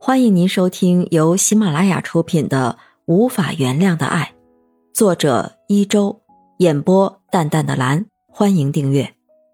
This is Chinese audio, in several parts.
欢迎您收听由喜马拉雅出品的《无法原谅的爱》，作者一周，演播淡淡的蓝。欢迎订阅。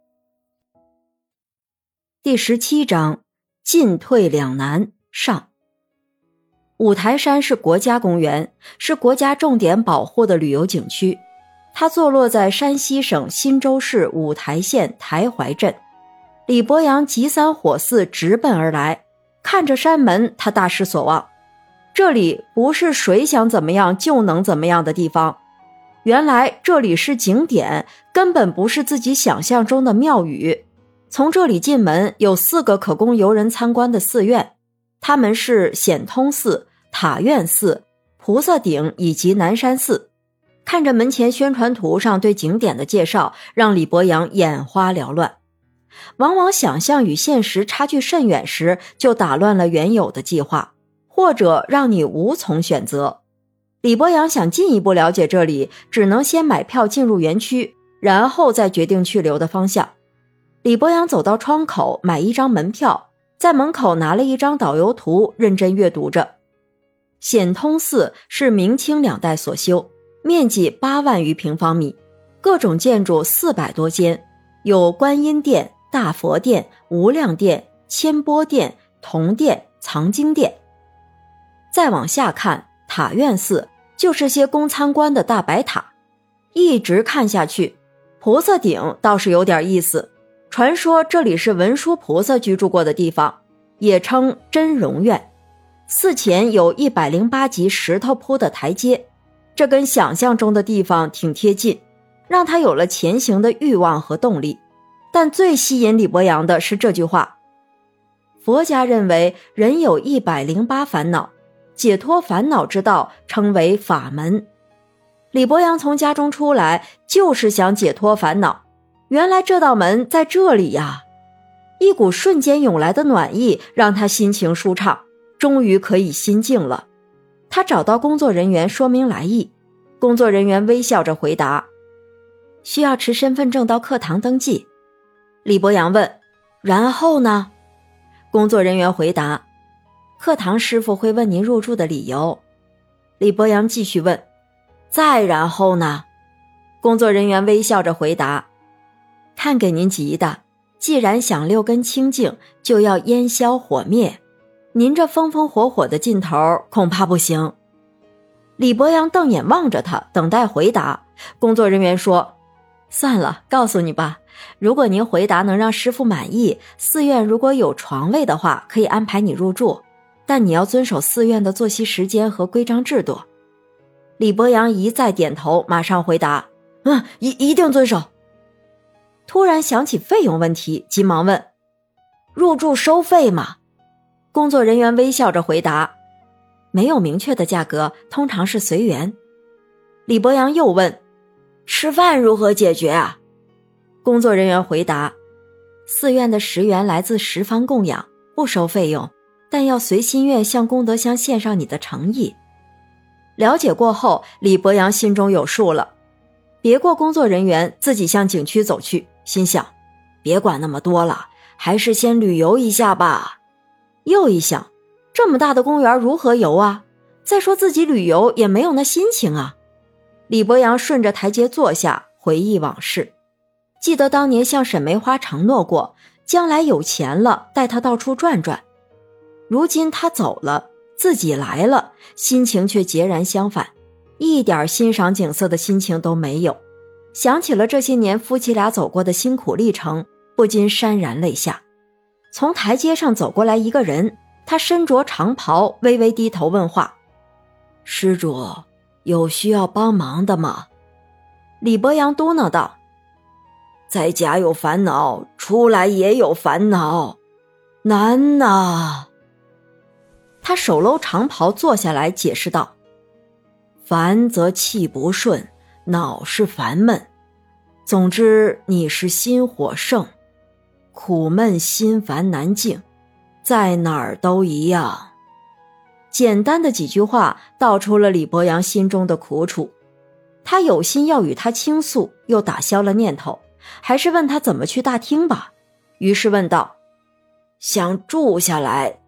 第17章，进退两难上。五台山是国家公园，是国家重点保护的旅游景区。它坐落在山西省忻州市五台县台怀镇。李伯阳急三火四直奔而来，看着山门，他大失所望。这里不是谁想怎么样就能怎么样的地方，原来这里是景点，根本不是自己想象中的庙宇。从这里进门有4个可供游人参观的寺院，它们是显通寺、塔院寺、菩萨顶以及南山寺。看着门前宣传图上对景点的介绍，让李伯阳眼花缭乱。往往想象与现实差距甚远时，就打乱了原有的计划，或者让你无从选择。李伯阳想进一步了解这里，只能先买票进入园区，然后再决定去留的方向。李伯阳走到窗口，买一张门票，在门口拿了一张导游图，认真阅读着。显通寺是明清2代所修，面积8万余平方米，各种建筑400多间，有观音殿、大佛殿、无量殿、千波殿、铜殿、藏经殿。再往下看，塔院寺就是些供参观的大白塔。一直看下去，菩萨顶倒是有点意思，传说这里是文殊菩萨居住过的地方，也称真容院。寺前有108级石头铺的台阶，这跟想象中的地方挺贴近，让他有了前行的欲望和动力。但最吸引李伯阳的是这句话：佛家认为人有108烦恼，解脱烦恼之道称为法门。李伯阳从家中出来就是想解脱烦恼，原来这道门在这里呀！一股瞬间涌来的暖意让他心情舒畅，终于可以心静了。他找到工作人员说明来意，工作人员微笑着回答：需要持身份证到课堂登记。李伯阳问：然后呢？工作人员回答：课堂师傅会问您入住的理由。李伯阳继续问：再然后呢？工作人员微笑着回答：看给您急的，既然想6根清净，就要烟消火灭，您这风风火火的劲头恐怕不行。李伯阳瞪眼望着他，等待回答。工作人员说：算了，告诉你吧，如果您回答能让师傅满意，寺院如果有床位的话，可以安排你入住，但你要遵守寺院的作息时间和规章制度。李伯阳一再点头，马上回答：一定遵守。突然想起费用问题，急忙问：入住收费吗？工作人员微笑着回答：没有明确的价格，通常是随缘。李伯阳又问：吃饭如何解决啊？工作人员回答：寺院的食源来自十方供养，不收费用，但要随心愿向功德箱献上你的诚意。了解过后，李伯阳心中有数了，别过工作人员，自己向景区走去，心想：别管那么多了，还是先旅游一下吧。又一想，这么大的公园如何游啊？再说自己旅游也没有那心情啊。李伯阳顺着台阶坐下，回忆往事，记得当年向沈梅花承诺过，将来有钱了带他到处转转。如今他走了，自己来了，心情却截然相反，一点欣赏景色的心情都没有。想起了这些年夫妻俩走过的辛苦历程，不禁潸然泪下。从台阶上走过来一个人，他身着长袍，微微低头问话：施主，有需要帮忙的吗？李伯阳嘟囔道：在家有烦恼，出来也有烦恼，难呐。他手搂长袍坐下来解释道：烦则气不顺，恼是烦闷，总之你是心火盛，苦闷心烦难静，在哪儿都一样。简单的几句话道出了李伯阳心中的苦楚。他有心要与他倾诉，又打消了念头，还是问他怎么去大厅吧。于是问道：想住下来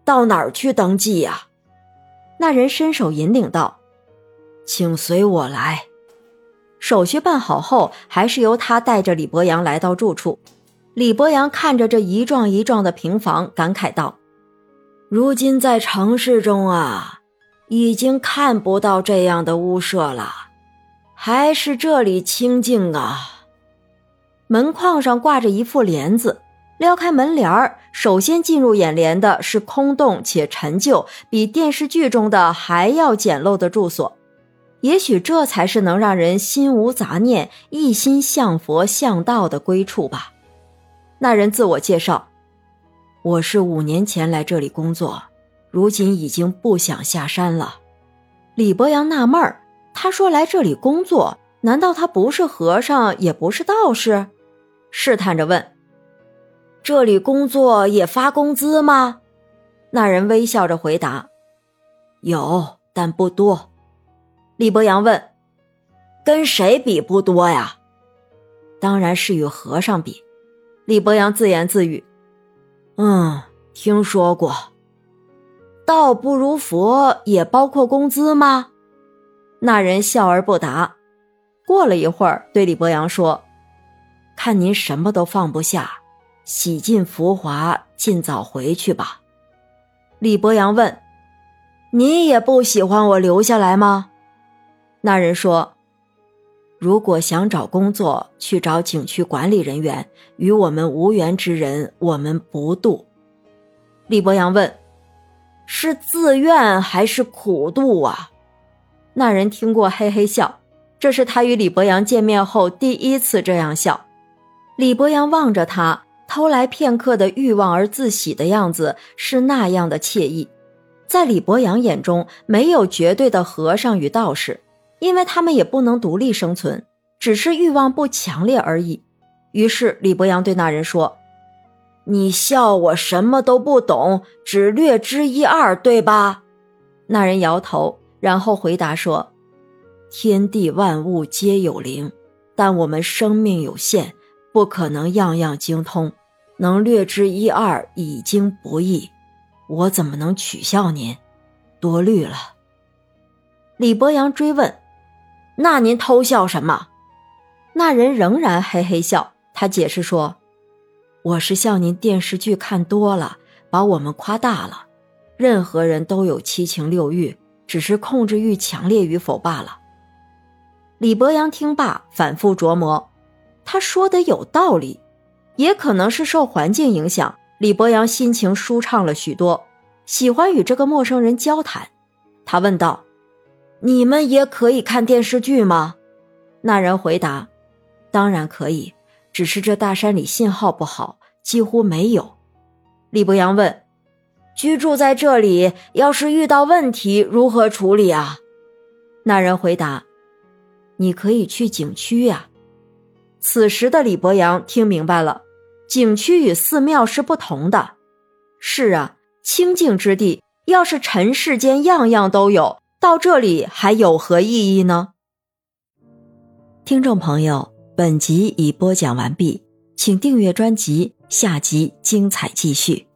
到哪儿去登记呀？那人伸手引领道：请随我来。手续办好后，还是由他带着李伯阳来到住处。李伯阳看着这一幢一幢的平房，感慨道：如今在城市中啊，已经看不到这样的屋舍了，还是这里清静啊。门框上挂着一副帘子，撩开门帘儿，首先进入眼帘的是空洞且陈旧，比电视剧中的还要简陋的住所。也许这才是能让人心无杂念、一心向佛向道的归处吧。那人自我介绍：我是5年前来这里工作，如今已经不想下山了。李伯阳纳闷儿，他说来这里工作，难道他不是和尚，也不是道士？试探着问：这里工作也发工资吗？那人微笑着回答：有，但不多。李伯阳问：跟谁比不多呀？当然是与和尚比。李伯阳自言自语：听说过。道不如佛也包括工资吗？那人笑而不答。过了一会儿，对李伯阳说：看您什么都放不下，洗尽浮华，尽早回去吧。李伯阳问：你也不喜欢我留下来吗？那人说：如果想找工作，去找景区管理人员，与我们无缘之人，我们不渡。李伯阳问：是自愿还是苦渡啊？那人听过嘿嘿笑，这是他与李伯阳见面后第一次这样笑。李伯阳望着他，偷来片刻的欲望而自喜的样子是那样的惬意。在李伯阳眼中，没有绝对的和尚与道士，因为他们也不能独立生存，只是欲望不强烈而已。于是李伯阳对那人说：你笑我什么都不懂，只略知一二，对吧？那人摇头，然后回答说：天地万物皆有灵，但我们生命有限，不可能样样精通，能略知一二已经不易，我怎么能取笑您？多虑了。李伯阳追问：那您偷笑什么？那人仍然嘿嘿笑，他解释说：我是笑您电视剧看多了，把我们夸大了。任何人都有七情六欲，只是控制欲强烈与否罢了。李伯阳听罢，反复琢磨，他说的有道理，也可能是受环境影响，李伯阳心情舒畅了许多，喜欢与这个陌生人交谈。他问道：你们也可以看电视剧吗？那人回答：当然可以，只是这大山里信号不好，几乎没有。李伯阳问：居住在这里，要是遇到问题如何处理啊？那人回答：你可以去景区呀。此时的李伯阳听明白了，景区与寺庙是不同的。是啊，清净之地，要是尘世间样样都有，到这里还有何意义呢？听众朋友，本集已播讲完毕，请订阅专辑，下集精彩继续。